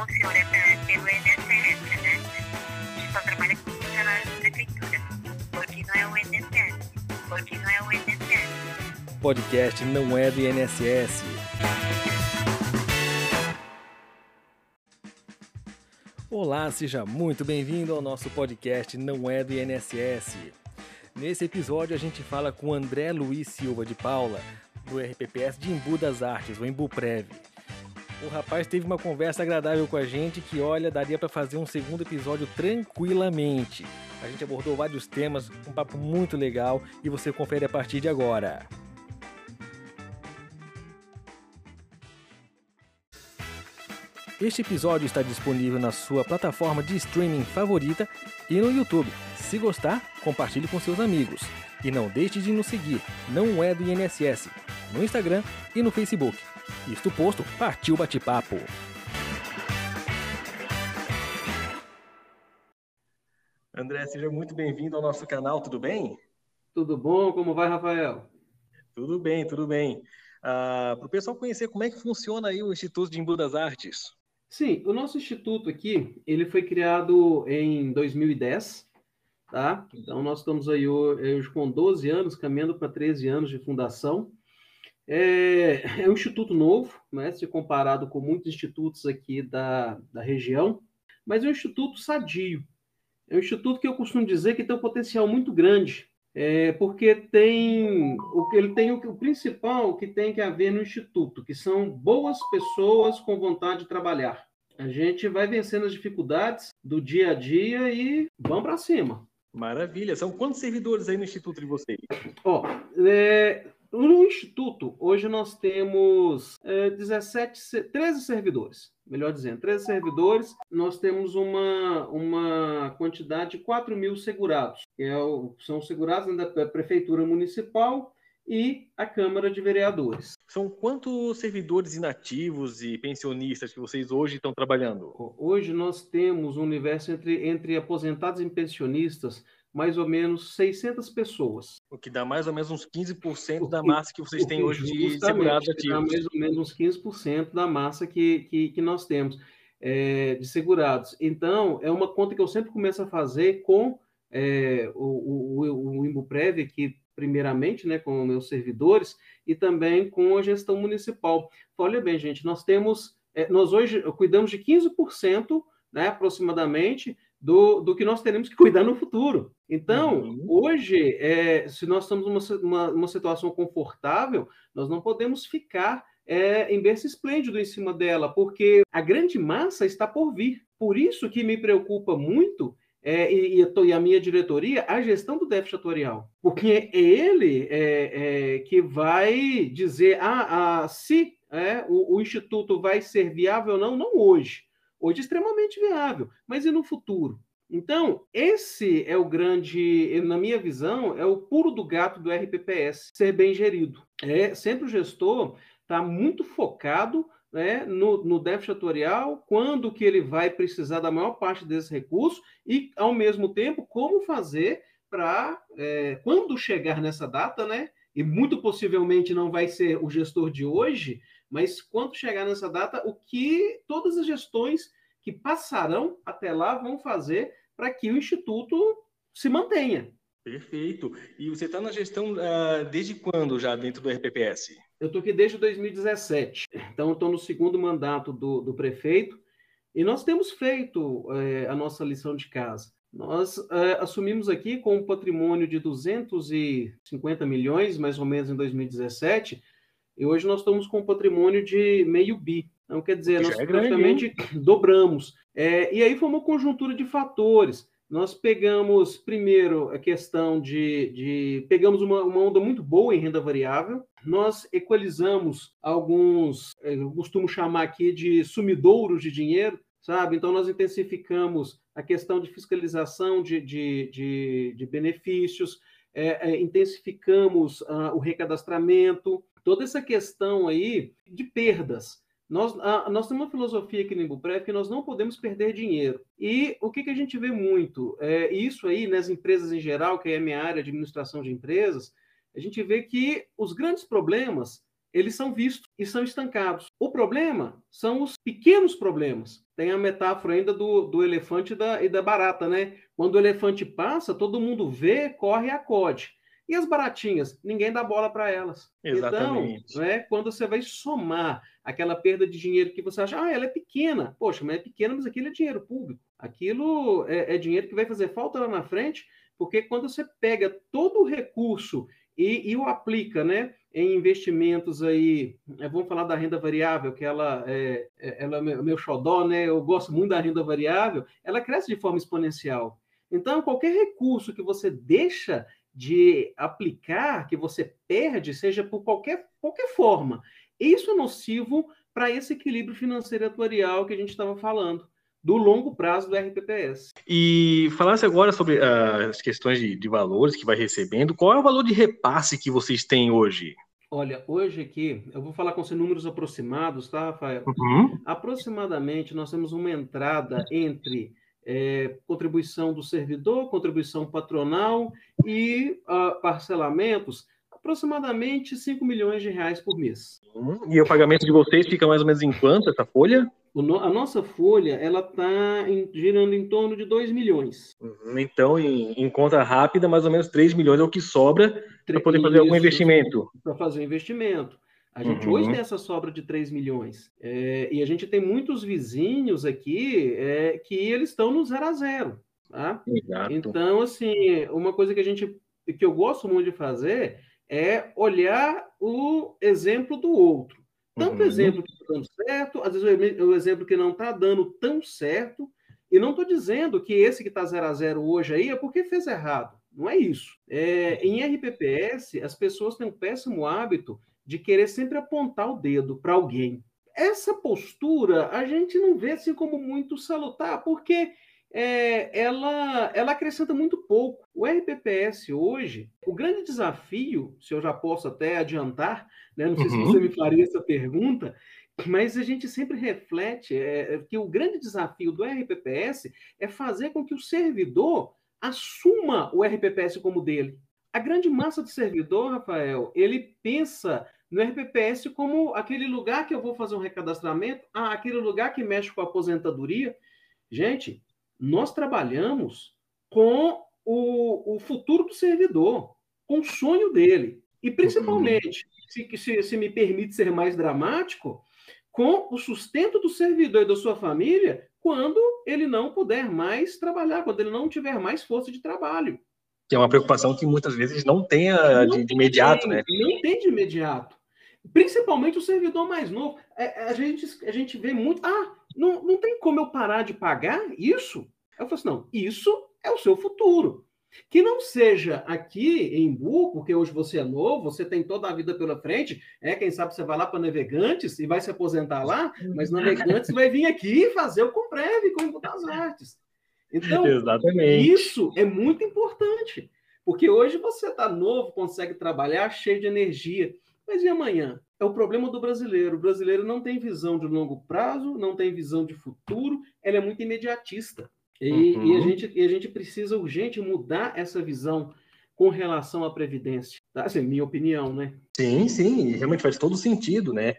funciona pelo INSS, né? A gente só trabalha com funcionários da prefeitura, porque não é o INSS. Porque não é o INSS. Podcast não é do INSS. Olá, seja muito bem-vindo ao nosso podcast Não é do INSS. Nesse episódio a gente fala com André Luiz Silva de Paula, do RPPS de Embu das Artes, o Embuprev. O rapaz teve uma conversa agradável com a gente que, olha, daria para fazer um segundo episódio tranquilamente. A gente abordou vários temas, um papo muito legal e você confere a partir de agora. Este episódio está disponível na sua plataforma de streaming favorita e no YouTube. Se gostar, compartilhe com seus amigos. E não deixe de nos seguir, Não é do INSS, no Instagram e no Facebook. Isto posto, partiu o bate-papo. André, seja muito bem-vindo ao nosso canal, tudo bem? Tudo bom? Como vai, Rafael? Tudo bem, tudo bem. Para o pessoal conhecer como é que funciona aí o Instituto de Embu das Artes. Sim, o nosso instituto aqui, ele foi criado em 2010, tá? Então, nós estamos aí hoje com 12 anos, caminhando para 13 anos de fundação. É um instituto novo, né? Se comparado com muitos institutos aqui da região, mas é um instituto sadio. É um instituto que eu costumo dizer que tem um potencial muito grande, porque ele tem o principal que tem que haver no Instituto, que são boas pessoas com vontade de trabalhar. A gente vai vencendo as dificuldades do dia a dia e vamos para cima. Maravilha. São quantos servidores aí no Instituto de vocês? No Instituto, hoje nós temos 13 servidores. Melhor dizendo, 13 servidores. Nós temos uma quantidade de 4.000 segurados, que são segurados da Prefeitura Municipal e a Câmara de Vereadores. São quantos servidores inativos e pensionistas que vocês hoje estão trabalhando? Hoje nós temos um universo entre aposentados e pensionistas, mais ou menos 600 pessoas. O que dá mais ou menos uns 15% da massa que vocês têm hoje de segurados ativos. Dá mais ou menos uns 15% da massa que nós temos de segurados. Então, é uma conta que eu sempre começo a fazer com o Embuprev aqui, primeiramente, né, com meus servidores, e também com a gestão municipal. Olha bem, gente, nós hoje cuidamos de 15%, né, aproximadamente, do que nós teremos que cuidar no futuro. Então, hoje, se nós estamos numa situação confortável, nós não podemos ficar em berço esplêndido em cima dela, porque a grande massa está por vir. Por isso que me preocupa muito, e a minha diretoria, a gestão do déficit atuarial. Porque é ele que vai dizer se o Instituto vai ser viável ou não, não hoje. Hoje é extremamente viável, mas e no futuro? Então, esse é o grande, na minha visão, é o pulo do gato do RPPS, ser bem gerido. Sempre o gestor está muito focado, né, no déficit atuarial, quando que ele vai precisar da maior parte desses recursos e, ao mesmo tempo, como fazer para, quando chegar nessa data, né, e muito possivelmente não vai ser o gestor de hoje, mas quando chegar nessa data, o que todas as gestões que passarão até lá vão fazer para que o Instituto se mantenha. Perfeito. E você está na gestão desde quando já dentro do RPPS? Eu estou aqui desde 2017. Então, estou no segundo mandato do prefeito e nós temos feito a nossa lição de casa. Nós assumimos aqui com um patrimônio de 250 milhões, mais ou menos, em 2017, e hoje nós estamos com um patrimônio de meio bi. Então, quer dizer, nós praticamente dobramos. E aí foi uma conjuntura de fatores. Nós pegamos, primeiro, a questão pegamos uma onda muito boa em renda variável, nós equalizamos alguns, eu costumo chamar aqui de sumidouros de dinheiro, sabe? Então, nós intensificamos a questão de fiscalização de benefícios, intensificamos o recadastramento, toda essa questão aí de perdas. Nós temos uma filosofia aqui no Embuprev que nós não podemos perder dinheiro. E o que a gente vê muito? Isso aí, nas empresas em geral, que é a minha área de administração de empresas, a gente vê que os grandes problemas eles são vistos e são estancados. O problema são os pequenos problemas. Tem a metáfora ainda do elefante e da barata, né? Quando o elefante passa, todo mundo vê, corre e acode. E as baratinhas? Ninguém dá bola para elas. Exatamente. Então, né, quando você vai somar aquela perda de dinheiro que você acha, ela é pequena. Poxa, mas é pequena, mas aquilo é dinheiro público. Aquilo é dinheiro que vai fazer falta lá na frente, porque quando você pega todo o recurso e o aplica, né, em investimentos aí, vamos falar da renda variável, que ela é meu xodó, né? Eu gosto muito da renda variável, ela cresce de forma exponencial. Então, qualquer recurso que você deixa de aplicar, que você perde, seja por qualquer forma, isso é nocivo para esse equilíbrio financeiro atuarial que a gente estava falando, do longo prazo do RPPS. E falasse agora sobre as questões de valores que vai recebendo. Qual é o valor de repasse que vocês têm hoje? Olha, hoje aqui, eu vou falar com você números aproximados, tá, Rafael? Uhum. Aproximadamente, nós temos uma entrada entre contribuição do servidor, contribuição patronal e parcelamentos, aproximadamente 5 milhões de reais por mês. E o pagamento de vocês fica mais ou menos em quanto, essa folha? A nossa folha, ela está girando em torno de 2 milhões. Então, em conta rápida, mais ou menos 3 milhões é o que sobra para poder fazer algum investimento. Para fazer um investimento. A gente hoje tem essa sobra de 3 milhões. E a gente tem muitos vizinhos aqui que eles estão no 0 a 0. Tá? Exato. Então, assim, uma coisa que eu gosto muito de fazer é olhar o exemplo do outro. Tanto exemplo que está dando certo, às vezes o exemplo que não está dando tão certo. E não estou dizendo que esse que está 0 a 0 hoje aí é porque fez errado. Não é isso. Em RPPS, as pessoas têm um péssimo hábito de querer sempre apontar o dedo para alguém. Essa postura a gente não vê assim como muito salutar, porque ela acrescenta muito pouco. O RPPS hoje, o grande desafio, se eu já posso até adiantar, né, não sei se você me faria essa pergunta, mas a gente sempre reflete que o grande desafio do RPPS é fazer com que o servidor assuma o RPPS como dele. A grande massa do servidor, Rafael, ele pensa no RPPS como aquele lugar que eu vou fazer um recadastramento, aquele lugar que mexe com a aposentadoria. Gente, nós trabalhamos com o futuro do servidor, com o sonho dele. E, principalmente, se me permite ser mais dramático, com o sustento do servidor e da sua família quando ele não puder mais trabalhar, quando ele não tiver mais força de trabalho. Que é uma preocupação que muitas vezes não tem de imediato, né? Não tem de imediato. Principalmente o servidor mais novo. A gente vê muito... não tem como eu parar de pagar isso? Eu falo assim, não, isso é o seu futuro. Que não seja aqui em Embu, porque hoje você é novo, você tem toda a vida pela frente, quem sabe você vai lá para Navegantes e vai se aposentar lá, mas Navegantes vai vir aqui fazer o Comprev com o Embu das Artes. Então, exatamente, isso é muito importante, porque hoje você está novo, consegue trabalhar cheio de energia, mas e amanhã? É o problema do brasileiro. O brasileiro não tem visão de longo prazo, não tem visão de futuro, ele é muito imediatista. E a gente precisa urgente mudar essa visão com relação à Previdência. Tá? Assim, minha opinião, né? Sim, realmente faz todo sentido, né?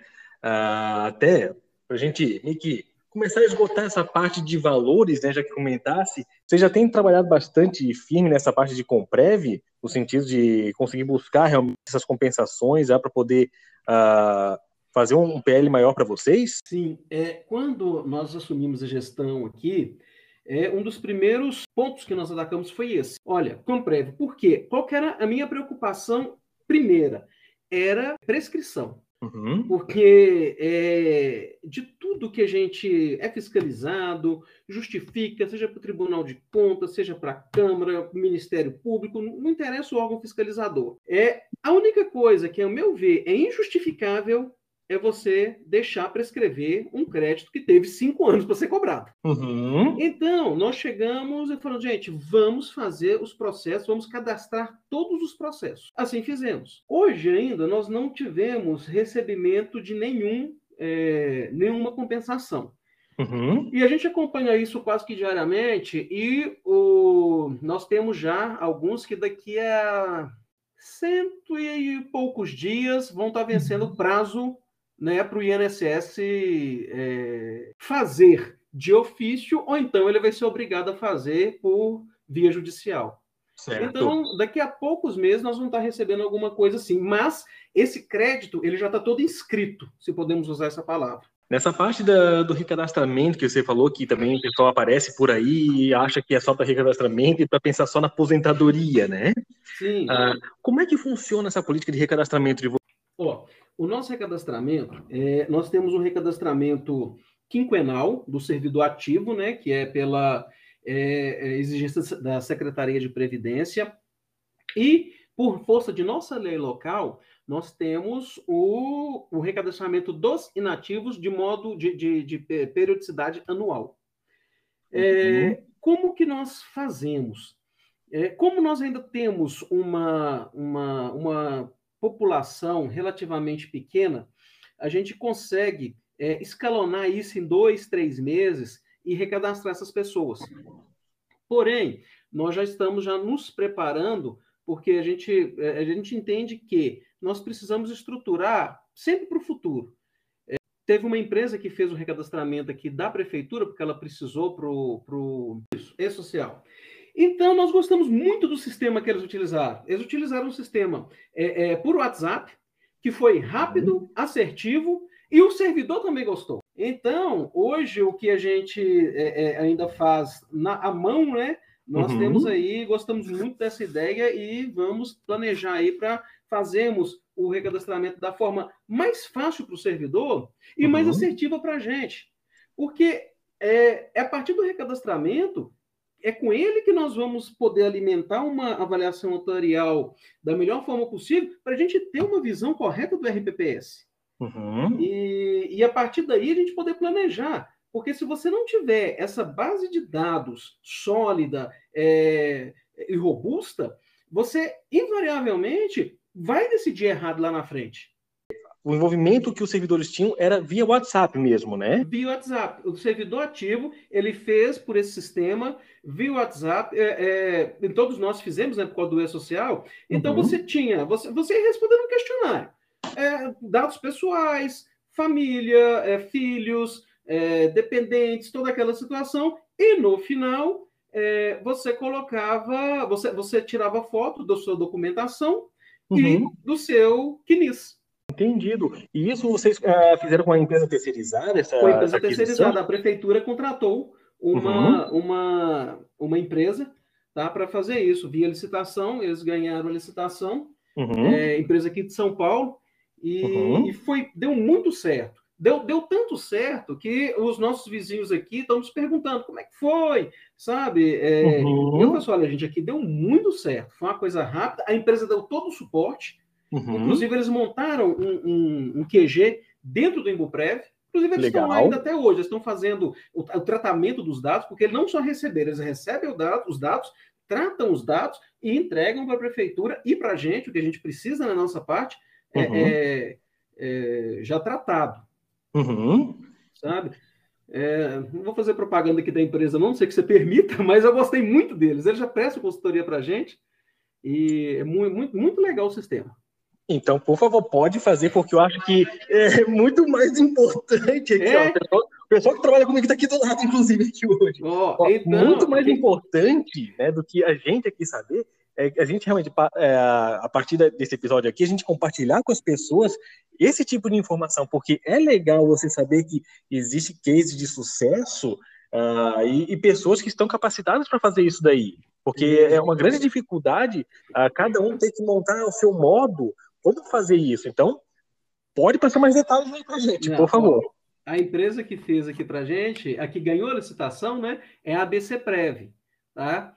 Até para a gente meio que começar a esgotar essa parte de valores, né? Já que comentasse, você já tem trabalhado bastante firme nessa parte de Comprev, no sentido de conseguir buscar realmente essas compensações para poder fazer um PL maior para vocês? Sim, quando nós assumimos a gestão aqui, um dos primeiros pontos que nós atacamos foi esse. Olha, Comprev, por quê? Qual que era a minha preocupação primeira? Era prescrição. Porque de tudo que a gente é fiscalizado, justifica, seja para o Tribunal de Contas, seja para a Câmara, Ministério Público, não interessa o órgão fiscalizador. A única coisa que, ao meu ver, é injustificável é você deixar prescrever um crédito que teve 5 anos para ser cobrado. Então, nós chegamos e falamos, gente, vamos fazer os processos, vamos cadastrar todos os processos. Assim fizemos. Hoje ainda, nós não tivemos recebimento de nenhuma compensação. E a gente acompanha isso quase que diariamente e nós temos já alguns que daqui a cento e poucos dias vão estar vencendo o prazo, né, para o INSS fazer de ofício, ou então ele vai ser obrigado a fazer por via judicial. Certo. Então, daqui a poucos meses nós vamos estar recebendo alguma coisa assim, mas esse crédito ele já está todo inscrito, se podemos usar essa palavra. Nessa parte do recadastramento que você falou, que também o pessoal aparece por aí e acha que é só para recadastramento e para pensar só na aposentadoria, né? Sim. Como é que funciona essa política de recadastramento de vocês? O nosso recadastramento, nós temos um recadastramento quinquenal do servidor ativo, né, que é pela exigência da Secretaria de Previdência, e por força de nossa lei local, nós temos o recadastramento dos inativos de modo de periodicidade anual. Como que nós fazemos? Como nós ainda temos uma população relativamente pequena, a gente consegue escalonar isso em 2, 3 meses e recadastrar essas pessoas. Porém, nós já estamos nos preparando, porque a gente entende que nós precisamos estruturar sempre para o futuro. Teve uma empresa que fez o recadastramento aqui da prefeitura, porque ela precisou para o e-social. Então, nós gostamos muito do sistema que eles utilizaram. Eles utilizaram um sistema por WhatsApp, que foi rápido, assertivo, e o servidor também gostou. Então, hoje, o que a gente ainda faz à mão, né? Nós temos aí, gostamos muito dessa ideia e vamos planejar aí para fazermos o recadastramento da forma mais fácil para o servidor e mais assertiva para a gente. Porque a partir do recadastramento, é com ele que nós vamos poder alimentar uma avaliação atuarial da melhor forma possível para a gente ter uma visão correta do RPPS. E a partir daí a gente poder planejar. Porque se você não tiver essa base de dados sólida e robusta, você invariavelmente vai decidir errado lá na frente. O envolvimento que os servidores tinham era via WhatsApp mesmo, né? Via WhatsApp. O servidor ativo, ele fez por esse sistema, via WhatsApp, e todos nós fizemos, né, por causa do e-social. Então, você ia respondendo um questionário. Dados pessoais, família, filhos, dependentes, toda aquela situação. E, no final, você colocava, você tirava foto da sua documentação e do seu CNIS. Entendido. E isso vocês fizeram com a empresa terceirizada? Com a empresa terceirizada. A prefeitura contratou uma empresa, tá, para fazer isso. Via licitação, eles ganharam a licitação, empresa aqui de São Paulo, e deu muito certo. Deu tanto certo que os nossos vizinhos aqui estão nos perguntando como é que foi, sabe? E eu falo assim, olha, gente, aqui deu muito certo. Foi uma coisa rápida, a empresa deu todo o suporte. Inclusive, eles montaram um QG dentro do Embuprev. Inclusive, eles estão lá ainda até hoje. Eles estão fazendo o tratamento dos dados, porque eles não só receberam, eles recebem os dados, tratam os dados e entregam para a prefeitura e para a gente, o que a gente precisa na nossa parte, já tratado. Sabe? Não vou fazer propaganda aqui da empresa, não sei que você permita, mas eu gostei muito deles. Eles já prestam consultoria para a gente e é muito, muito legal o sistema. Então, por favor, pode fazer, porque eu acho que é muito mais importante aqui, ó, o pessoal que trabalha comigo está aqui do lado, inclusive, aqui hoje. Então, muito mais importante, né, do que a gente aqui saber, a gente realmente, a partir desse episódio aqui, a gente compartilhar com as pessoas esse tipo de informação, porque é legal você saber que existe case de sucesso e pessoas que estão capacitadas para fazer isso daí, porque é uma grande dificuldade cada um ter que montar o seu modo como fazer isso. Então, pode passar mais detalhes aí para a gente, por favor. A empresa que fez aqui para a gente, a que ganhou a licitação, né, é a ABC Prev, tá?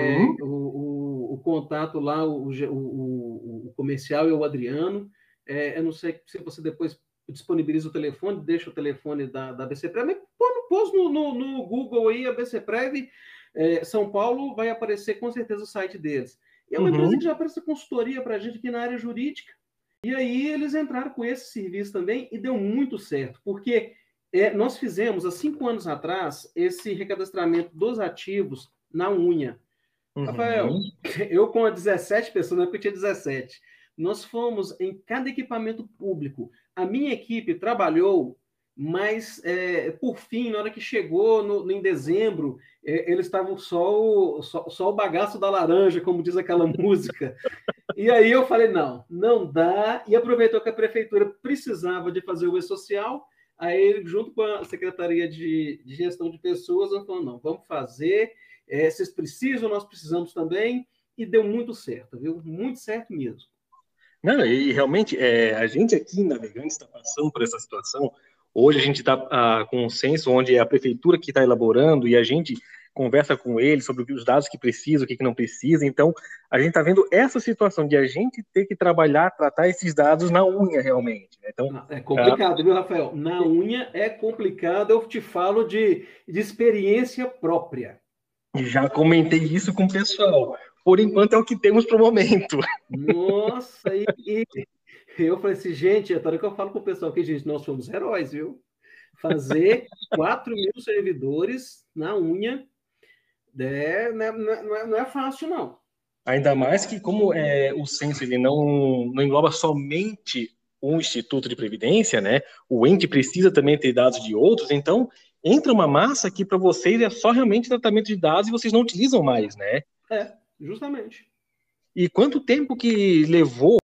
O contato lá, o comercial é o Adriano. Eu não sei se você depois disponibiliza o telefone, deixa o telefone da ABC Prev, mas pôs no Google aí, ABC Prev, São Paulo, vai aparecer com certeza o site deles. E é uma empresa que já presta consultoria para a gente aqui na área jurídica. E aí eles entraram com esse serviço também e deu muito certo, porque nós fizemos, há 5 anos atrás, esse recadastramento dos ativos na unha. Rafael, Uhum. eu com 17 pessoas, não é porque eu tinha 17, nós fomos em cada equipamento público. A minha equipe trabalhou, mas por fim, na hora que chegou em dezembro, eles estavam só o bagaço da laranja, como diz aquela música. E aí eu falei, não, não dá. E aproveitou que a prefeitura precisava de fazer o E-Social, aí junto com a Secretaria de Gestão de Pessoas, eu falei, não, vamos fazer, vocês precisam, nós precisamos também, e deu muito certo, viu? Muito certo mesmo. Não, e realmente, a gente aqui em Navegantes está passando por essa situação. Hoje a gente está com um censo onde é a prefeitura que está elaborando e a gente conversa com eles sobre os dados que precisa, o que não precisa. Então, a gente está vendo essa situação de a gente ter que trabalhar, tratar esses dados na unha, realmente, né? Então, É complicado, viu, Rafael? Na unha é complicado, eu te falo de experiência própria. já comentei isso com o pessoal. Por enquanto é o que temos para o momento. Nossa, e eu falei assim, gente, é hora que eu falo para o pessoal que, gente, nós somos heróis, viu? Fazer 4.000 servidores na unha não é fácil, não. Ainda mais que, como o censo ele não engloba somente um instituto de previdência, né? O ente precisa também ter dados de outros, então entra uma massa que para vocês é só realmente tratamento de dados e vocês não utilizam mais, né? Justamente. E quanto tempo que levou?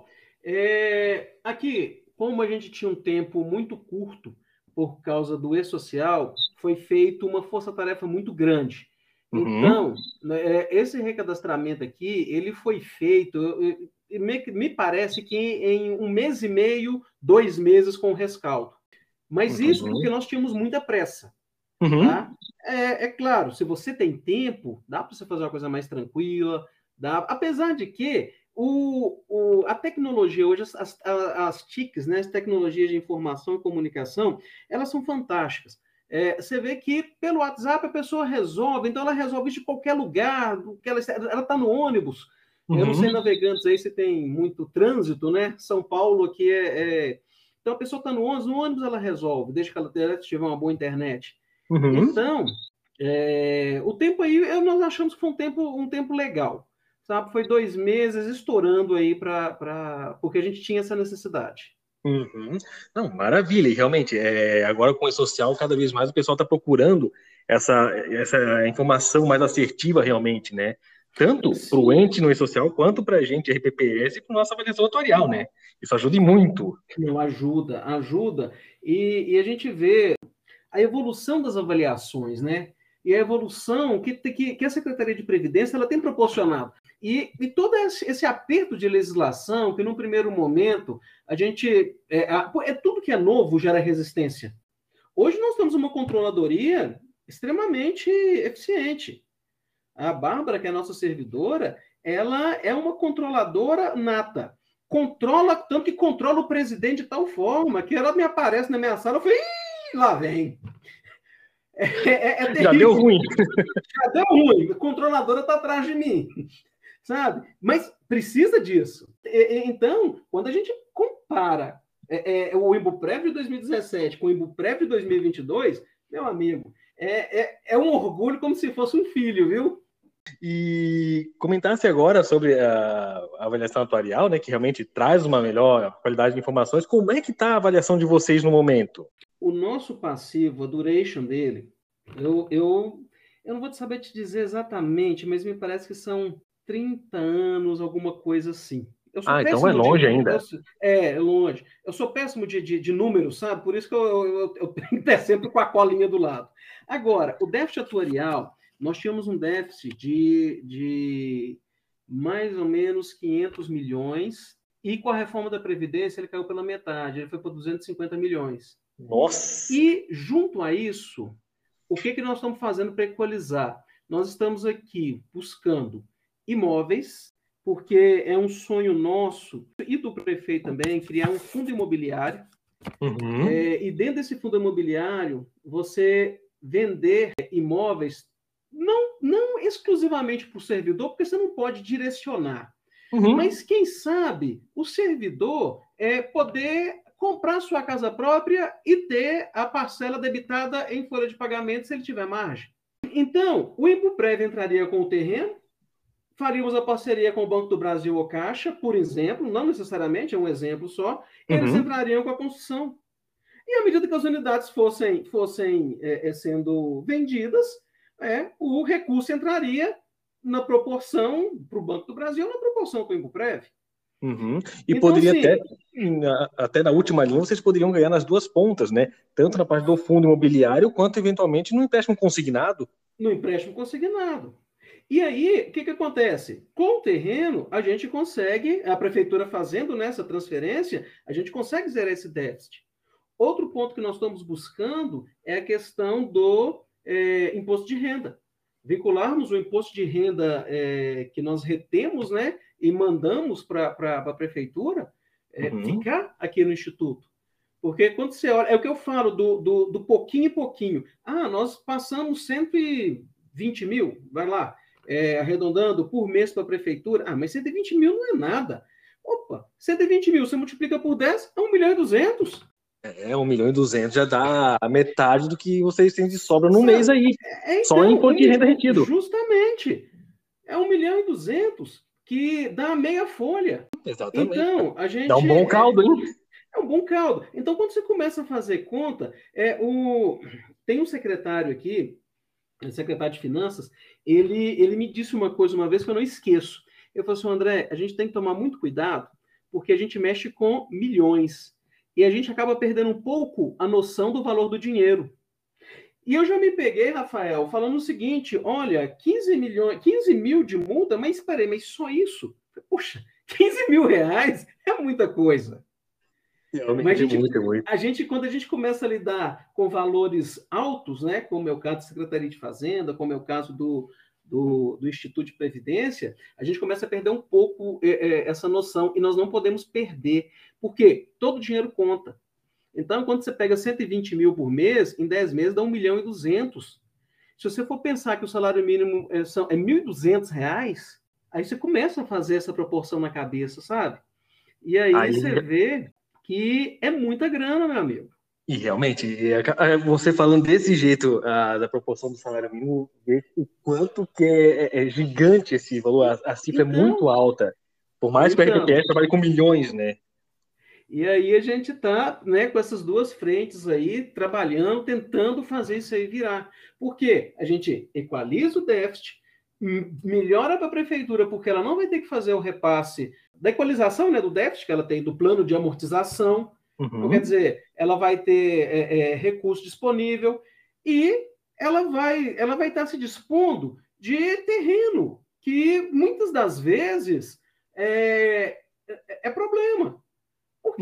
Aqui, como a gente tinha um tempo muito curto por causa do E-Social, foi feita uma força-tarefa muito grande. Então, esse recadastramento aqui, ele foi feito, me parece que em 1 mês e meio, 2 meses com rescaldo. Mas isso porque nós tínhamos muita pressa. Tá? É claro, se você tem tempo, dá para você fazer uma coisa mais tranquila, dá, apesar de que a tecnologia hoje, as TICs, né, as tecnologias de informação e comunicação, elas são fantásticas. Você vê que pelo WhatsApp a pessoa resolve, então ela resolve isso de qualquer lugar, ela está no ônibus. Eu não sei, Navegantes, aí se tem muito trânsito, né? São Paulo aqui Então a pessoa está no ônibus ela resolve, desde que ela tiver uma boa internet. Então, o tempo aí, nós achamos que foi um tempo legal, sabe? Foi 2 meses estourando aí porque a gente tinha essa necessidade. Não, maravilha, e realmente, agora com o social, cada vez mais o pessoal está procurando essa informação mais assertiva realmente, né? Tanto para o ente no e-social, quanto para a gente, RPPS, e para nossa avaliação atuarial, né? Isso ajuda muito. Não, ajuda. E a gente vê a evolução das avaliações, né? E a evolução que a Secretaria de Previdência ela tem proporcionado. E todo esse aperto de legislação, que num primeiro momento a gente. Tudo que é novo gera resistência. Hoje nós temos uma controladoria extremamente eficiente. A Bárbara, que é a nossa servidora, ela é uma controladora nata. Controla, tanto que controla o presidente de tal forma que ela me aparece na minha sala, eu falei, lá vem. Já deu ruim. Já deu ruim. A controladora está atrás de mim. Sabe? Mas precisa disso. Então, quando a gente compara o Imbuprev de 2017 com o Imbuprev de 2022, meu amigo, é um orgulho como se fosse um filho, viu? E comentasse agora sobre a avaliação atuarial, né, que realmente traz uma melhor qualidade de informações. Como é que está a avaliação de vocês no momento? O nosso passivo, a duration dele, eu não vou saber te dizer exatamente, mas me parece que são 30 anos, alguma coisa assim. Então é longe ainda. É longe. Eu sou péssimo de números, sabe? Por isso que eu tenho que ter sempre com a colinha do lado. Agora, o déficit atuarial, nós tínhamos um déficit de mais ou menos 500 milhões, e com a reforma da Previdência ele caiu pela metade, ele foi para 250 milhões. Nossa! E, junto a isso, o que nós estamos fazendo para equalizar? Nós estamos aqui buscando imóveis, porque é um sonho nosso e do prefeito também, criar um fundo imobiliário. E dentro desse fundo imobiliário, você vender imóveis não exclusivamente para o servidor, porque você não pode direcionar. Mas, quem sabe, o servidor poder comprar sua casa própria e ter a parcela debitada em folha de pagamento se ele tiver margem. Então, o Imbuprev entraria com o terreno, faríamos a parceria com o Banco do Brasil ou Caixa, por exemplo, não necessariamente, é um exemplo só, eles entrariam com a construção. E à medida que as unidades fossem sendo vendidas, o recurso entraria na proporção para o Banco do Brasil, na proporção com o Imbuprev. E Então, poderia assim, até na última linha, vocês poderiam ganhar nas duas pontas, né? Tanto na parte do fundo imobiliário, quanto eventualmente no empréstimo consignado. No empréstimo consignado. E aí, o que acontece? Com o terreno, a gente consegue, a prefeitura fazendo nessa transferência, a gente consegue zerar esse déficit. Outro ponto que nós estamos buscando é a questão do imposto de renda. Vincularmos o imposto de renda que nós retemos, né, e mandamos para a prefeitura ficar aqui no Instituto. Porque quando você olha, é o que eu falo do pouquinho em pouquinho. Nós passamos 120 mil, vai lá, arredondando por mês para a prefeitura. Mas 120 mil não é nada. Opa, 120 mil, você multiplica por 10, é 1.200.000. 1.200.000 já dá a metade do que vocês têm de sobra no mês aí. Então, só em imposto de renda retido. Justamente. É 1.200.000 que dá meia folha. Exatamente. Então, a gente... Dá um bom caldo, hein? É um bom caldo. Então, quando você começa a fazer conta, tem um secretário aqui, secretário de Finanças, ele me disse uma coisa uma vez que eu não esqueço. Eu falei assim, André, a gente tem que tomar muito cuidado, porque a gente mexe com milhões. E a gente acaba perdendo um pouco a noção do valor do dinheiro. E eu já me peguei, Rafael, falando o seguinte, olha, 15 mil de multa, mas peraí, mas só isso? Poxa, 15 mil reais é muita coisa. Mas quando a gente começa a lidar com valores altos, né, como é o caso da Secretaria de Fazenda, como é o caso do Instituto de Previdência, a gente começa a perder um pouco essa noção, e nós não podemos perder, porque todo dinheiro conta. Então, quando você pega 120 mil por mês, em 10 meses dá 1.200.000. Se você for pensar que o salário mínimo é R$1.200, aí você começa a fazer essa proporção na cabeça, sabe? E aí você vê que é muita grana, meu amigo. E realmente, você falando desse jeito da proporção do salário mínimo, vê o quanto que é gigante esse valor, a cifra é muito alta. Por mais que o RPPS trabalhe com milhões, né? E aí a gente está, né, com essas duas frentes aí, trabalhando, tentando fazer isso aí virar. Por quê? A gente equaliza o déficit, melhora para a prefeitura, porque ela não vai ter que fazer o repasse da equalização, né, do déficit que ela tem, do plano de amortização. Então, quer dizer, ela vai ter recurso disponível e ela vai estar se dispondo de terreno, que muitas das vezes é problema. Por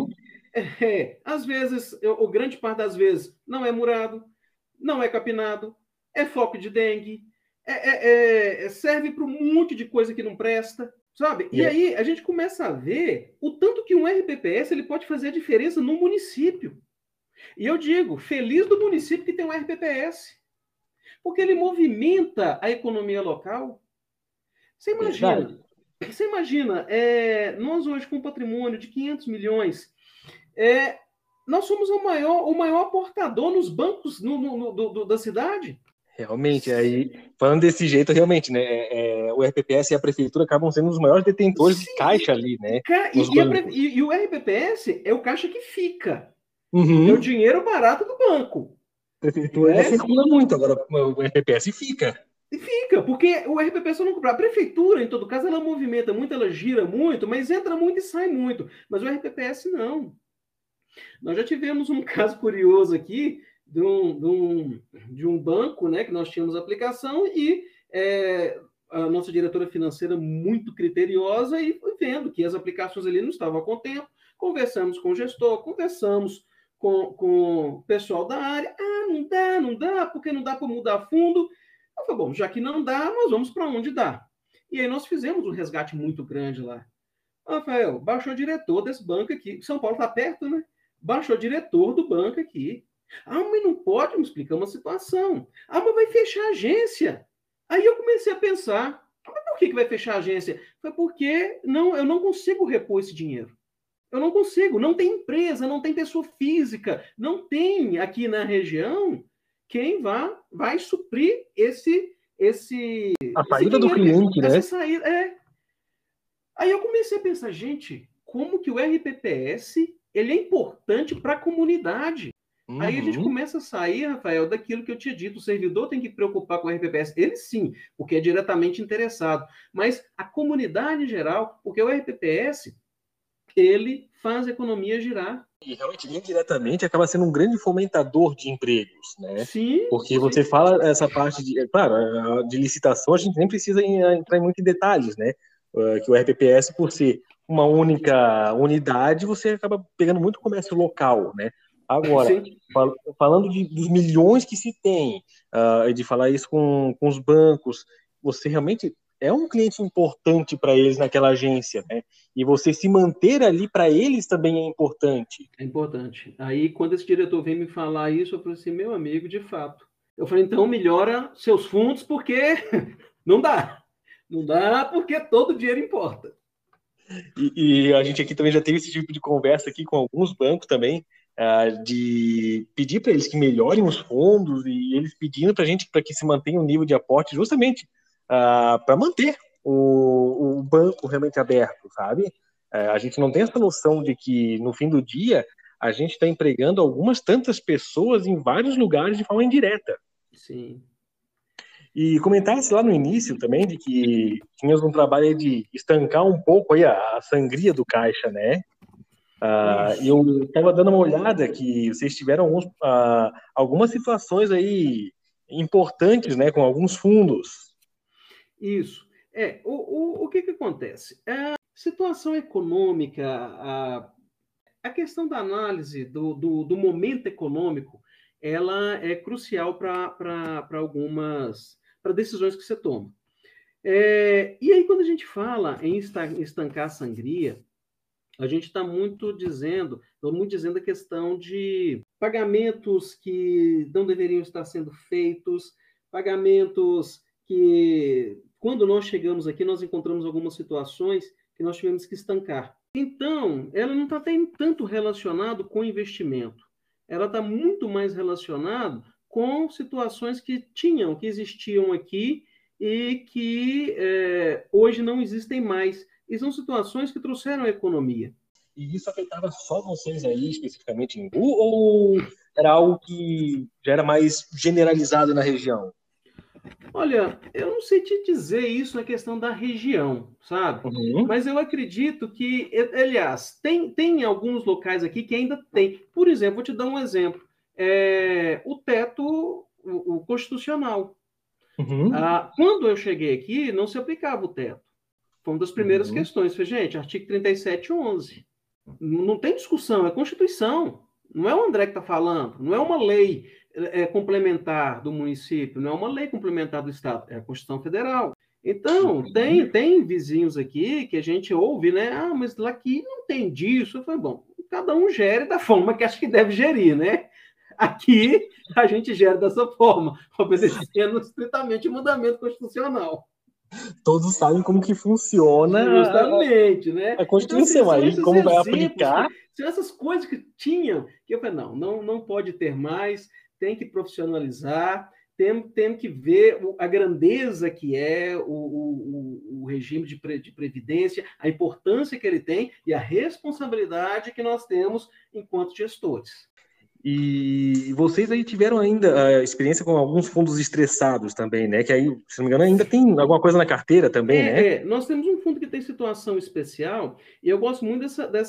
quê? Às vezes, ou grande parte das vezes, não é murado, não é capinado, é foco de dengue, serve para um monte de coisa que não presta, sabe? E aí a gente começa a ver o tanto que um RPPS ele pode fazer a diferença no município. E eu digo, feliz do município que tem um RPPS, porque ele movimenta a economia local. Você imagina, nós hoje com um patrimônio de 500 milhões, nós somos o maior aportador nos bancos da cidade. Realmente, aí, falando desse jeito, realmente, né, o RPPS e a prefeitura acabam sendo os maiores detentores de caixa ali, né? E o RPPS é o caixa que fica. É o dinheiro barato do banco. A prefeitura circula muito, agora o RPPS fica. E fica, porque o RPPS não compra. A prefeitura, em todo caso, ela movimenta muito, ela gira muito, mas entra muito e sai muito. Mas o RPPS não. Nós já tivemos um caso curioso aqui de um banco, né, que nós tínhamos aplicação e a nossa diretora financeira muito criteriosa e foi vendo que as aplicações ali não estavam com tempo. Conversamos com o gestor, conversamos com o pessoal da área. Não dá, porque não dá para mudar fundo. Eu falei, bom, já que não dá, nós vamos para onde dá. E aí nós fizemos um resgate muito grande lá. Rafael, baixou o diretor desse banco aqui. São Paulo está perto, né? Baixou o diretor do banco aqui. Mas não pode, me explicar uma situação. Mas vai fechar a agência. Aí eu comecei a pensar, mas por que vai fechar a agência? Foi porque eu não consigo repor esse dinheiro. Eu não consigo. Não tem empresa, não tem pessoa física, não tem aqui na região quem vai suprir A saída do cliente, né? Aí eu comecei a pensar, gente, como que o RPPS ele é importante para a comunidade? Aí a gente começa a sair, Rafael, daquilo que eu tinha dito. O servidor tem que preocupar com o RPPS. Ele sim, porque é diretamente interessado. Mas a comunidade em geral, porque o RPPS, ele faz a economia girar. E realmente, indiretamente, acaba sendo um grande fomentador de empregos, né? Sim. Porque você fala essa parte de... Claro, de licitação, a gente nem precisa entrar muito em detalhes, né? Que o RPPS, por ser uma única unidade, você acaba pegando muito comércio local, né? Agora, falando dos milhões que se tem, de falar isso com os bancos, você realmente é um cliente importante para eles naquela agência, né? E você se manter ali para eles também é importante. É importante. Aí, quando esse diretor veio me falar isso, eu falei assim, meu amigo, de fato. Eu falei, então melhora seus fundos, porque não dá. Não dá, porque todo dinheiro importa. E a gente aqui também já teve esse tipo de conversa aqui com alguns bancos também, de pedir para eles que melhorem os fundos e eles pedindo para a gente para que se mantenha o nível de aporte justamente para manter o banco realmente aberto, sabe? A gente não tem essa noção de que no fim do dia a gente está empregando algumas tantas pessoas em vários lugares de forma indireta. Sim. E comentasse lá no início também de que tínhamos um trabalho de estancar um pouco aí a sangria do caixa, né? E eu estava dando uma olhada que vocês tiveram algumas situações aí importantes, né, com alguns fundos. Isso. O que acontece? A situação econômica, a questão da análise do momento econômico, ela é crucial para algumas decisões que você toma. E aí, quando a gente fala em estancar a sangria, a gente está muito dizendo a questão de pagamentos que não deveriam estar sendo feitos, pagamentos que, quando nós chegamos aqui, nós encontramos algumas situações que nós tivemos que estancar. Então, ela não está tanto relacionado com investimento. Ela está muito mais relacionada com situações que existiam aqui e que hoje não existem mais. E são situações que trouxeram a economia. E isso afetava só vocês aí, especificamente em Imbu, ou era algo que já era mais generalizado na região? Olha, eu não sei te dizer isso na questão da região, sabe? Mas eu acredito que, aliás, tem alguns locais aqui que ainda tem. Por exemplo, vou te dar um exemplo. O teto, o constitucional. Quando eu cheguei aqui, não se aplicava o teto. Foi uma das primeiras questões. Falei, gente, artigo 3711. Não tem discussão, é Constituição. Não é o André que está falando, não é uma lei complementar do município, não é uma lei complementar do Estado, é a Constituição Federal. Então, tem vizinhos aqui que a gente ouve, né? Mas lá aqui não tem disso. Eu falei, bom, cada um gere da forma que acha que deve gerir, né? Aqui, a gente gera dessa forma, obedecendo estritamente o mandamento constitucional. Todos sabem como que funciona justamente, né? a Constituição, então, assim, aí como vai aplicar. São essas coisas que tinham, que eu falei, não pode ter mais, tem que profissionalizar, tem que ver a grandeza que é o regime de previdência, a importância que ele tem e a responsabilidade que nós temos enquanto gestores. E vocês aí tiveram ainda a experiência com alguns fundos estressados também, né? Que aí, se não me engano, ainda tem alguma coisa na carteira também, né? Nós temos um fundo que tem situação especial e eu gosto muito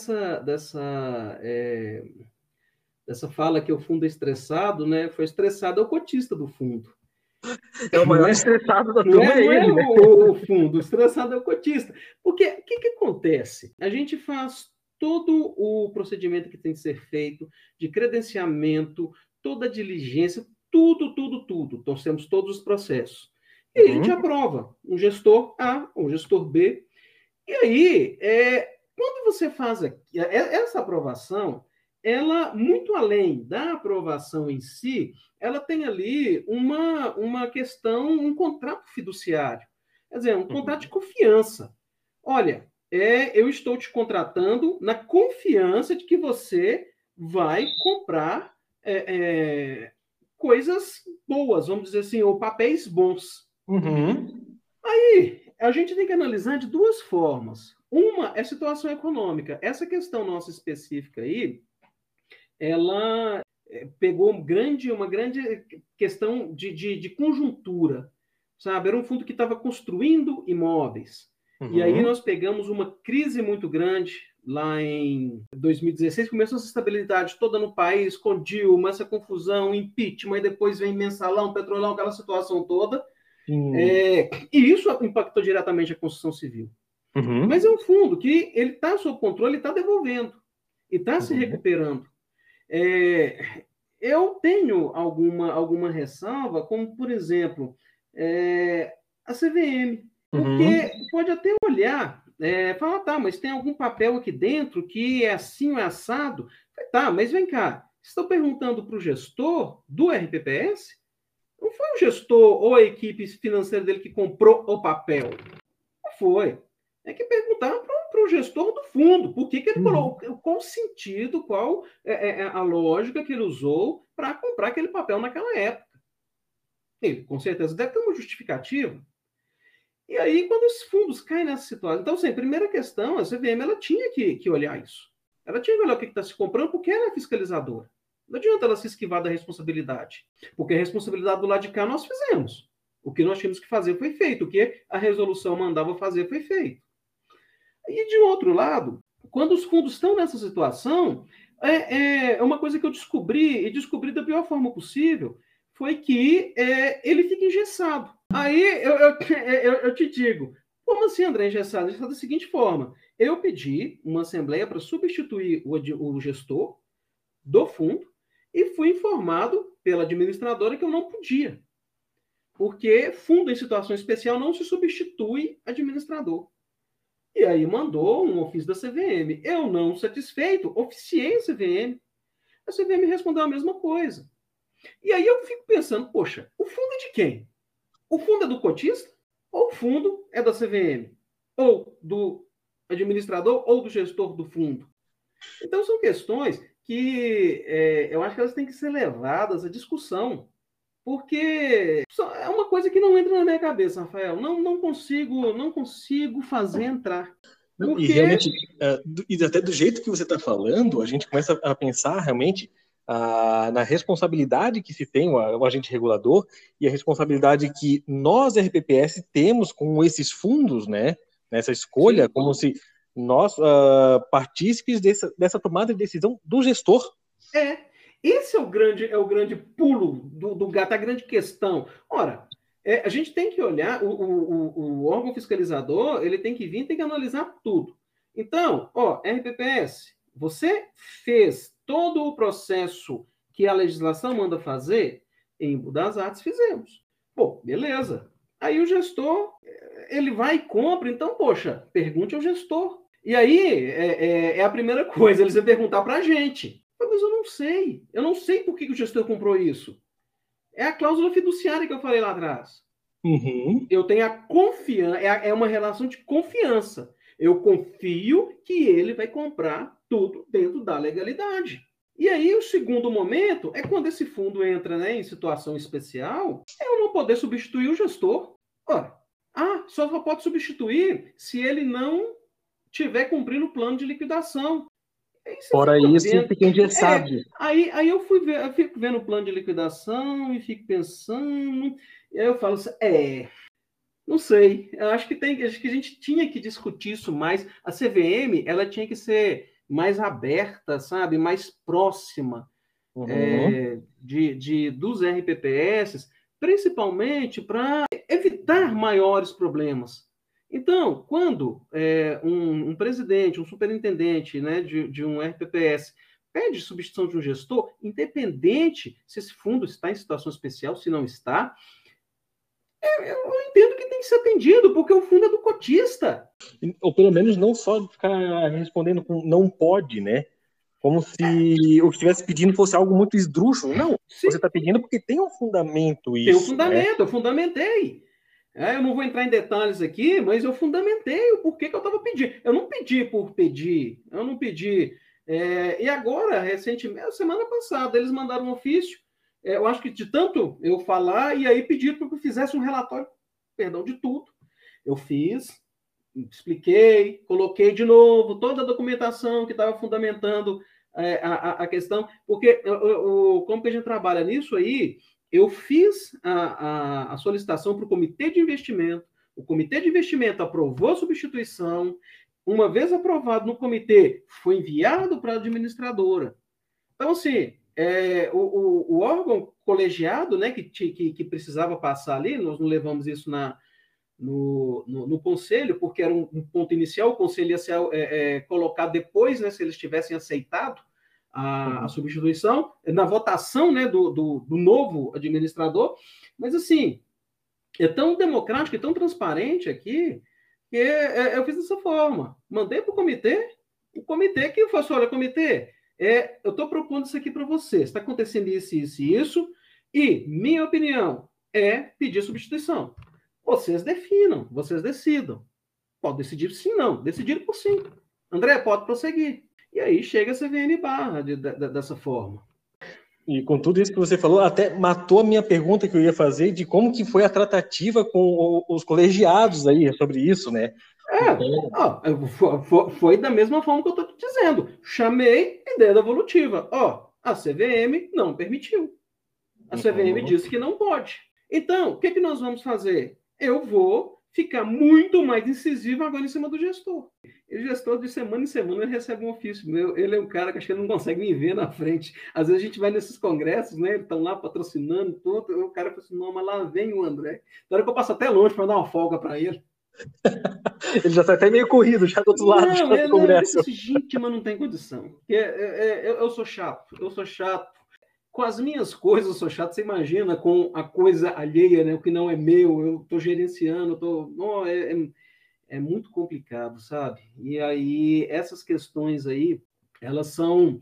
dessa fala que o fundo é estressado, né? Foi estressado é o cotista do fundo. É o maior estressado da turma, é ele, né? O fundo, o estressado é o cotista. Porque o que acontece? A gente faz todo o procedimento que tem que ser feito, de credenciamento, toda a diligência, tudo. Nós temos todos os processos. E aí a gente aprova um gestor A, um gestor B. E aí, quando você faz essa aprovação, ela, muito além da aprovação em si, ela tem ali uma questão, um contrato fiduciário. Quer dizer, um contrato de confiança. Olha, eu estou te contratando na confiança de que você vai comprar coisas boas, vamos dizer assim, ou papéis bons. Uhum. Aí, a gente tem que analisar de duas formas. Uma é situação econômica. Essa questão nossa específica aí, ela pegou uma grande questão de conjuntura, sabe? Era um fundo que estava construindo imóveis. E aí Uhum. nós pegamos uma crise muito grande lá em 2016, começou essa estabilidade toda no país, com Dilma, essa confusão, impeachment, e depois vem mensalão, petrolão, aquela situação toda. Sim. E isso impactou diretamente a construção civil. Mas é Uhum. um fundo que ele está sob controle, ele está devolvendo e está se Uhum. recuperando. É, eu tenho alguma ressalva, como, por exemplo, a CVM, Uhum. porque pode até olhar, falar, tá, mas tem algum papel aqui dentro que é assim ou é assado? Tá, mas vem cá, estou perguntando para o gestor do RPPS? Não foi o gestor ou a equipe financeira dele que comprou o papel? Não foi. É que perguntar para o gestor do fundo por que ele Uhum. colocou, qual o sentido, qual a lógica que ele usou para comprar aquele papel naquela época. E, com certeza deve ter uma justificativa. E aí, quando esses fundos caem nessa situação. Então, assim, primeira questão, a CVM ela tinha que olhar isso. Ela tinha que olhar o que está se comprando, porque ela é fiscalizadora. Não adianta ela se esquivar da responsabilidade. Porque a responsabilidade do lado de cá nós fizemos. O que nós tínhamos que fazer foi feito. O que a resolução mandava fazer foi feito. E de outro lado, quando os fundos estão nessa situação, é uma coisa que eu descobri, e descobri da pior forma possível, foi que ele fica engessado. Aí eu te digo, como assim, André, engessado? Engessado da seguinte forma, eu pedi uma assembleia para substituir o gestor do fundo e fui informado pela administradora que eu não podia, porque fundo em situação especial não se substitui administrador. E aí mandou um ofício da CVM. Eu, não satisfeito, oficiei a CVM. A CVM respondeu a mesma coisa. E aí eu fico pensando, poxa, o fundo é de quem? O fundo é do cotista? Ou o fundo é da CVM? Ou do administrador ou do gestor do fundo? Então são questões que eu acho que elas têm que ser levadas à discussão. Porque é uma coisa que não entra na minha cabeça, Rafael. Não consigo fazer entrar. Não, e Porque realmente, e até do jeito que você está falando, a gente começa a pensar realmente na responsabilidade que se tem o agente regulador e a responsabilidade que nós, RPPS, temos com esses fundos, né? Nessa escolha, sim, como se nós partícipes dessa tomada de decisão do gestor. é. Esse é o grande pulo do gato, a grande questão. Ora, a gente tem que olhar, o órgão fiscalizador, ele tem que vir, tem que analisar tudo. Então, RPPS, você fez todo o processo que a legislação manda fazer? Em das Artes fizemos. Pô, beleza. Aí o gestor, ele vai e compra, então, poxa, pergunte ao gestor. E aí, é a primeira coisa, eles vão perguntar para a gente. Mas eu não sei. Eu não sei por que o gestor comprou isso. É a cláusula fiduciária que eu falei lá atrás. Uhum. Eu tenho a confiança, é uma relação de confiança. Eu confio que ele vai comprar tudo dentro da legalidade. E aí, o segundo momento é quando esse fundo entra, né, em situação especial, eu não poder substituir o gestor. Ora, só pode substituir se ele não tiver cumprindo o plano de liquidação. Aí você Fora fica isso, vendo. fica engessado. Aí eu fico vendo o plano de liquidação e fico pensando. E aí eu falo assim, não sei. Eu acho que a gente tinha que discutir isso mais. A CVM, ela tinha que ser mais aberta, sabe? Mais próxima Uhum. dos RPPS, principalmente para evitar maiores problemas. Então, quando um presidente, um superintendente, né, de um RPPS pede substituição de um gestor, independente se esse fundo está em situação especial, se não está, eu entendo que tem que ser atendido, porque o fundo é do cotista. Ou pelo menos não só ficar respondendo com não pode, né? Como se o que estivesse pedindo fosse algo muito esdrúxulo. Não, você Sim, está pedindo porque tem um fundamento tem um isso, né? fundamento, eu fundamentei. Eu não vou entrar em detalhes aqui, mas eu fundamentei o porquê que eu estava pedindo. Eu não pedi por pedir, eu não pedi. E agora, recentemente, semana passada, eles mandaram um ofício. Eu acho que de tanto eu falar, e aí pediram para que eu fizesse um relatório perdão de tudo. Eu fiz, expliquei, coloquei de novo toda a documentação que estava fundamentando a questão, porque como que a gente trabalha nisso aí, eu fiz a solicitação para o comitê de investimento, o comitê de investimento aprovou a substituição, uma vez aprovado no comitê, foi enviado para a administradora. Então, assim, o órgão colegiado, né, que precisava passar ali, nós não levamos isso no conselho, porque era um ponto inicial, o conselho ia ser colocado depois, né, se eles tivessem aceitado a substituição, na votação, né, do novo administrador, mas assim, é tão democrático e tão transparente aqui, que eu fiz dessa forma, mandei para o comitê que falou assim, olha, comitê, eu estou propondo isso aqui para você, está acontecendo isso, isso e isso, e minha opinião é pedir substituição. Vocês definam, vocês decidam. Pode decidir sim, não. Decidir por sim. André, pode prosseguir. E aí chega a CVM barra dessa forma. E com tudo isso que você falou, até matou a minha pergunta que eu ia fazer de como que foi a tratativa com os colegiados aí sobre isso, né? Foi da mesma forma que eu estou te dizendo. Chamei ideia devolutiva. A CVM não permitiu. A CVM disse que não pode. Então, o que nós vamos fazer? Eu vou ficar muito mais incisivo agora em cima do gestor. O gestor, de semana em semana, ele recebe um ofício meu. Ele é um cara que acho que ele não consegue me ver na frente. Às vezes a gente vai nesses congressos, né? Eles estão lá patrocinando tudo. O cara fala assim, não, mas lá vem o André. Na hora que eu passo até longe para dar uma folga para ele. Ele já está até meio corrido, já do outro lado. Não, ele congresso. Gente, mas não tem condição. Eu sou chato. Com as minhas coisas, eu sou chato, você imagina, com a coisa alheia, né, o que não é meu, eu estou gerenciando, é muito complicado, sabe? E aí, essas questões aí, elas são,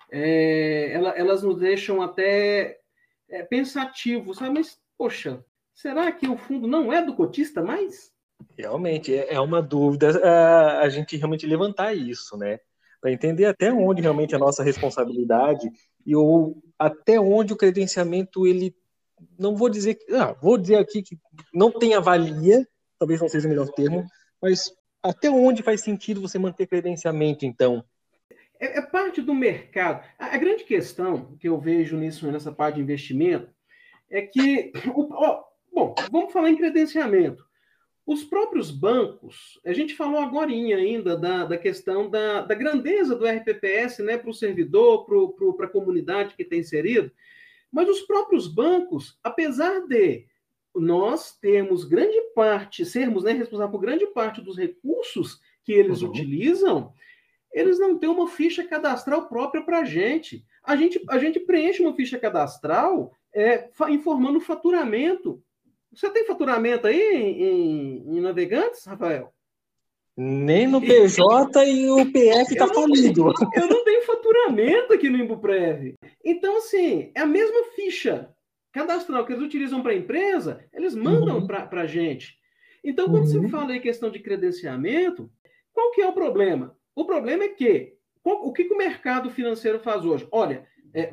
elas nos deixam até pensativos, sabe? Mas, poxa, será que o fundo não é do cotista mais? Realmente, é uma dúvida a gente realmente levantar isso, né? Para entender até onde realmente é a nossa responsabilidade ou até onde o credenciamento, ele, não vou dizer, vou dizer aqui que não tem avalia, talvez não seja o melhor termo, mas até onde faz sentido você manter credenciamento, então? É parte do mercado. A grande questão que eu vejo nessa parte de investimento é que, bom, vamos falar em credenciamento. Os próprios bancos, a gente falou agora ainda da questão da grandeza do RPPS, né, para o servidor, para a comunidade que está inserido, mas os próprios bancos, apesar de nós termos grande parte, sermos, né, responsáveis por grande parte dos recursos que eles utilizam, eles não têm uma ficha cadastral própria para a gente. A gente preenche uma ficha cadastral informando o faturamento. Você tem faturamento aí em Navegantes, Rafael? Nem no PJ e o PF está falido. Eu não tenho faturamento aqui no Imbuprev. Então, assim, é a mesma ficha cadastral que eles utilizam para a empresa, eles mandam para a gente. Então, quando você fala em questão de credenciamento, qual que é o problema? O problema é que, o que o mercado financeiro faz hoje? Olha,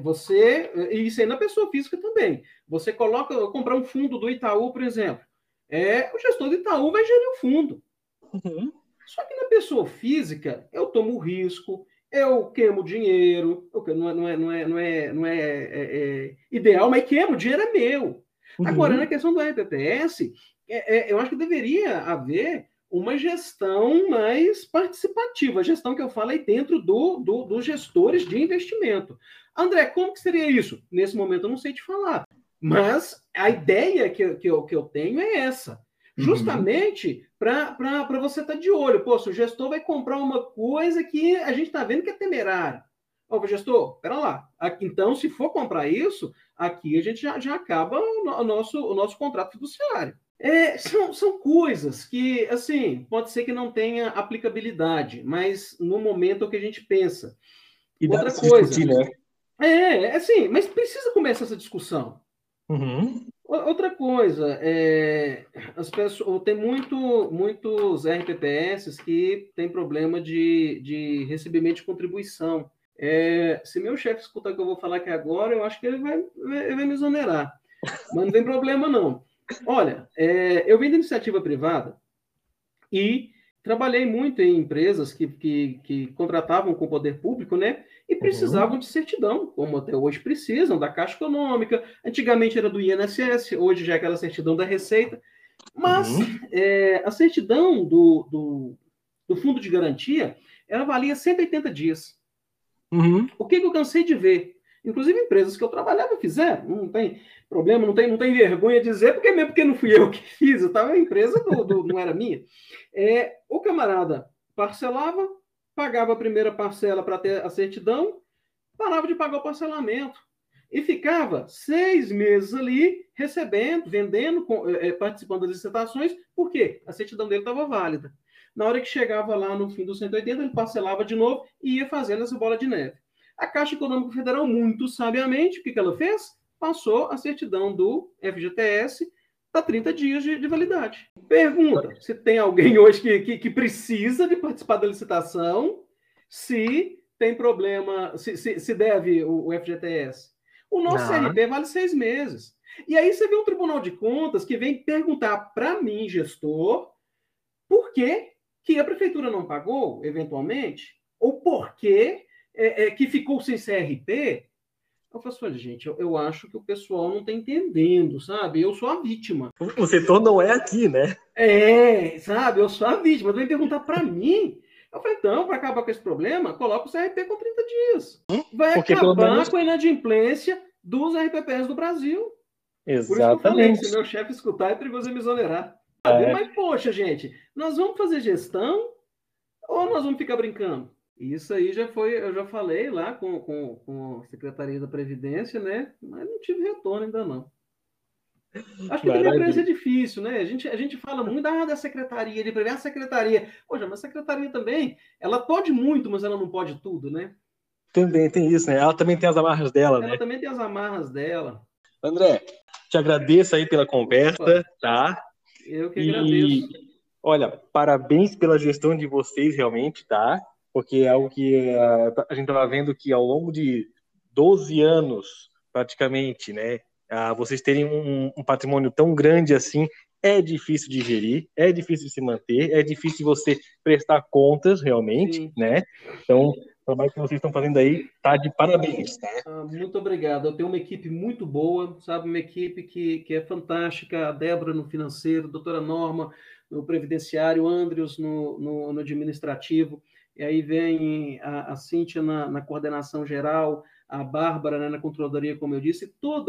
e isso aí na pessoa física também. Você comprar um fundo do Itaú, por exemplo. O gestor do Itaú vai gerir o fundo. Só que na pessoa física, eu tomo risco, eu queimo dinheiro, não é ideal, mas queimo, o dinheiro é meu. Agora, na questão do RPPS, eu acho que deveria haver uma gestão mais participativa. A gestão que eu falo aí dentro dos gestores de investimento. André, como que seria isso? Nesse momento eu não sei te falar. Mas a ideia que eu tenho é essa. Justamente para você estar de olho. Pô, se o gestor vai comprar uma coisa que a gente está vendo que é temerário. Ô, gestor, pera lá. Aqui, então, se for comprar isso, aqui a gente já acaba o nosso contrato fiduciário. São coisas que, assim, pode ser que não tenha aplicabilidade, mas no momento é o que a gente pensa. E outra coisa. Discutir, né? Assim, mas precisa começar essa discussão. Outra coisa, as pessoas, tem muitos RPPS que têm problema de recebimento de contribuição. Se meu chefe escutar o que eu vou falar aqui agora, eu acho que ele vai me exonerar. Mas não tem problema, não. Olha, eu vim da iniciativa privada e trabalhei muito em empresas que contratavam com o poder público, né? E precisavam de certidão, como até hoje precisam, da Caixa Econômica. Antigamente era do INSS, hoje já é aquela certidão da Receita. Mas a certidão do Fundo de Garantia, ela valia 180 dias. O que eu cansei de ver? Inclusive empresas que eu trabalhava fizeram, não tem problema, não tem vergonha de dizer, porque não fui eu que fiz, eu estava na empresa, não era minha. O camarada parcelava, pagava a primeira parcela para ter a certidão, parava de pagar o parcelamento. E ficava 6 meses ali recebendo, vendendo, participando das licitações, por quê? A certidão dele estava válida. Na hora que chegava lá no fim dos 180, ele parcelava de novo e ia fazendo essa bola de neve. A Caixa Econômica Federal, muito sabiamente, o que ela fez? Passou a certidão do FGTS para 30 dias de validade. Pergunta, se tem alguém hoje que precisa de participar da licitação, se tem problema, se deve o FGTS. O nosso CRP vale 6 meses. E aí você vê um Tribunal de Contas que vem perguntar para mim, gestor, por que a prefeitura não pagou, eventualmente, ou por que ficou sem CRP. Eu falo assim, gente, eu acho que o pessoal não está entendendo, sabe? Eu sou a vítima. O setor não é aqui, né? Sabe? Eu sou a vítima. Vem perguntar para mim. Eu falei, então, para acabar com esse problema, coloca o CRP com 30 dias. Vai acabar com a inadimplência dos RPPs do Brasil. Exatamente. Por isso que eu falei, se meu chefe escutar, é perigoso me exonerar. Mas, poxa, gente, nós vamos fazer gestão ou nós vamos ficar brincando? Isso aí eu já falei lá com a Secretaria da Previdência, né? Mas não tive retorno ainda não. Acho que também a empresa é difícil, né? A gente fala muito da Secretaria de Previdência, a Secretaria. Poxa, mas a Secretaria também, ela pode muito, mas ela não pode tudo, né? Também tem isso, né? Ela também tem as amarras dela, né? Ela também tem as amarras dela. André, te agradeço aí pela conversa, tá? Eu que agradeço. Olha, parabéns pela gestão de vocês realmente, tá? Porque é algo que a gente estava vendo que ao longo de 12 anos, praticamente, né? Vocês terem um patrimônio tão grande assim, é difícil de gerir, é difícil de se manter, é difícil você prestar contas realmente, Sim. né? Então, o trabalho que vocês estão fazendo aí tá de parabéns, tá? Muito obrigado. Eu tenho uma equipe muito boa, sabe? Uma equipe que é fantástica. A Débora no financeiro, a doutora Norma no previdenciário, o Andrews no administrativo. E aí vem a Cíntia na coordenação geral, a Bárbara, né, na controladoria, como eu disse, toda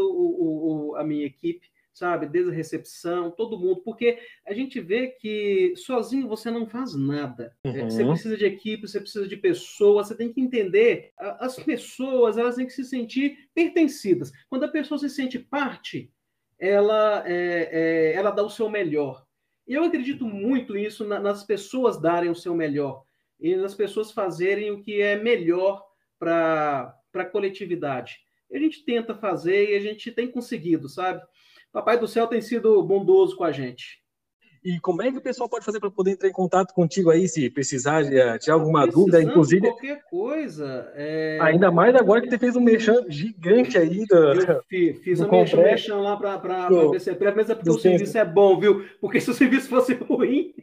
a minha equipe, sabe? Desde a recepção, todo mundo, porque a gente vê que sozinho você não faz nada. Você precisa de equipe, você precisa de pessoas, você tem que entender, as pessoas, elas têm que se sentir pertencidas. Quando a pessoa se sente parte, ela dá o seu melhor. E eu acredito muito nisso, nas pessoas darem o seu melhor, e nas pessoas fazerem o que é melhor para a coletividade. A gente tenta fazer e a gente tem conseguido, sabe? Papai do Céu tem sido bondoso com a gente. E como é que o pessoal pode fazer para poder entrar em contato contigo aí, se precisar tirar alguma dúvida, inclusive? Qualquer coisa. Ainda mais agora que você fez um merchan gigante aí. Eu fiz um merchan lá para a BCP, mas é porque o serviço é bom, viu? Porque se o serviço fosse ruim,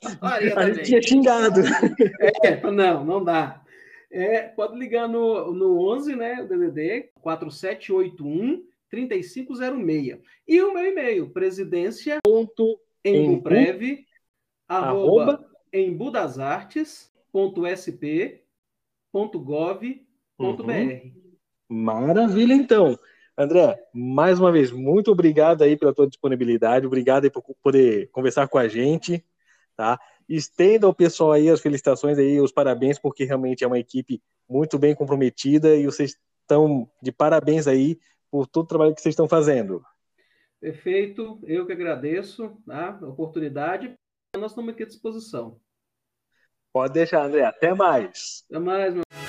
a gente tinha xingado. Não dá. Pode ligar no 11, né? DDD 4781-3506. E o meu e-mail, presidência.embudasartes.sp.gov.br. Maravilha, então. André, mais uma vez, muito obrigado aí pela tua disponibilidade, obrigado aí por poder conversar com a gente, tá? Estenda ao pessoal aí as felicitações aí, os parabéns, porque realmente é uma equipe muito bem comprometida e vocês estão de parabéns aí por todo o trabalho que vocês estão fazendo. Perfeito, eu que agradeço, tá? A oportunidade, nós estamos aqui à disposição. Pode deixar, André, até mais. Até mais, meu